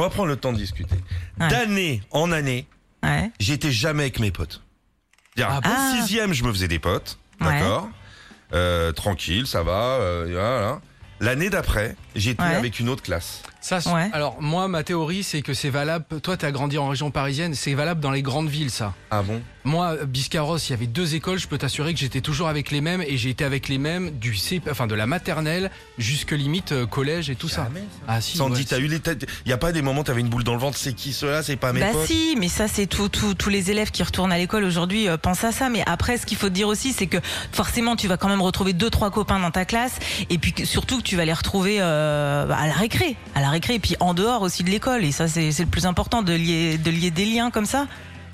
va prendre le temps de discuter. Ouais. D'année en année, Ouais. j'étais jamais avec mes potes. C'est-à-dire, Ah. sixième, je me faisais des potes, Ouais. d'accord, tranquille, ça va, voilà. L'année d'après, j'étais Ouais. avec une autre classe. Ça, Ouais. Alors moi, ma théorie, c'est que c'est valable. Toi, t'as grandi en région parisienne, c'est valable dans les grandes villes, ça. Ah bon? Moi, Biscarrosse, il y avait 2 écoles. Je peux t'assurer que j'étais toujours avec les mêmes et j'ai été avec les mêmes de la maternelle jusque limite collège et tout ça. Jamais, ça. Ah si. Sandy, ouais, t'as eu les têtes. Y a pas des moments, t'avais une boule dans le ventre, c'est qui cela? C'est pas mes Bah potes. si, mais ça c'est tous les élèves qui retournent à l'école aujourd'hui pensent à ça. Mais après, ce qu'il faut te dire aussi, c'est que forcément, tu vas quand même retrouver 2-3 copains dans ta classe, et puis surtout que tu vas les retrouver à la récré, et puis en dehors aussi de l'école. Et ça, c'est le plus important, de lier des liens comme ça.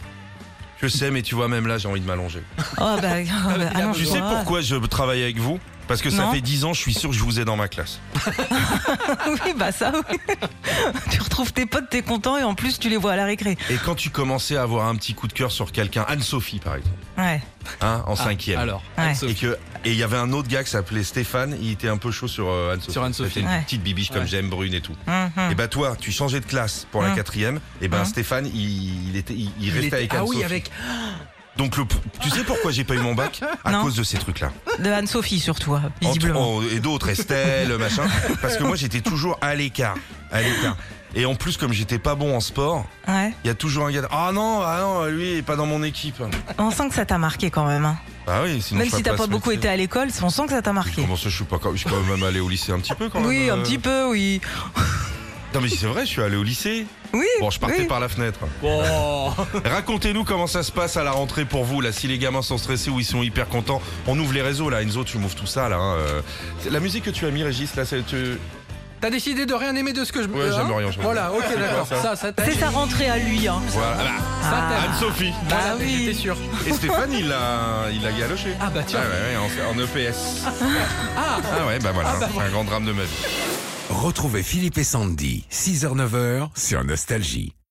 Je sais, mais tu vois, même là, j'ai envie de m'allonger. Oh bah, allons-y. Tu sais pourquoi je travaille avec vous? Parce que ça Non. fait 10 ans, je suis sûr que je vous ai dans ma classe. Oui, bah ça, oui. Tu retrouves tes potes, t'es content, et en plus tu les vois à la récré. Et quand tu commençais à avoir un petit coup de cœur sur quelqu'un, Anne-Sophie par exemple, Ouais. en cinquième. Alors, Ouais. Anne-Sophie. Et il y avait un autre gars qui s'appelait Stéphane, il était un peu chaud sur Anne-Sophie. Sur Anne-Sophie. C'était une Ouais. petite bibiche comme Ouais. j'aime, brune et tout. Mhm. Et bah toi, tu changeais de classe pour la Hum. quatrième, et ben Hum. Stéphane, il restait avec Ah Anne-Sophie. oui, avec. Donc tu sais pourquoi j'ai pas eu mon bac? À Non. cause de ces trucs-là. De Anne-Sophie surtout, visiblement. Et d'autres, Estelle, machin. Parce que moi j'étais toujours à l'écart. Et en plus, comme j'étais pas bon en sport, Ouais. il y a toujours un gars. Ah non, lui il est pas dans mon équipe. On sent que ça t'a marqué quand même. Hein. Ah oui, sinon Même je si serais t'as pas beaucoup ce métier. été à l'école, on sent que ça t'a marqué. Comment ça, je suis quand même allé au lycée un petit peu quand même. Oui, un petit peu, oui. Non mais c'est vrai, je suis allé au lycée. Oui. Bon, je partais oui. par la fenêtre. Oh. Racontez-nous comment ça se passe à la rentrée pour vous, là, si les gamins sont stressés ou ils sont hyper contents. On ouvre les réseaux, là, Enzo, tu m'ouvres tout ça, là. C'est la musique que tu as mis, Régis, là, T'as décidé de rien aimer de ce que je. Ouais, j'aime rien, je Voilà, ok, d'accord. Ça t'a. C'est sa rentrée à lui. Hein. Voilà. Ça t'a. Anne-Sophie. Bah Voilà, oui. j'étais sûr. Et Stéphane, il l'a galoché. Ah bah tiens. Ouais, en EPS. Ah ouais, bah voilà, c'est un grand drame de ma vie. Retrouvez Philippe et Sandy, 6h-9h sur Nostalgie.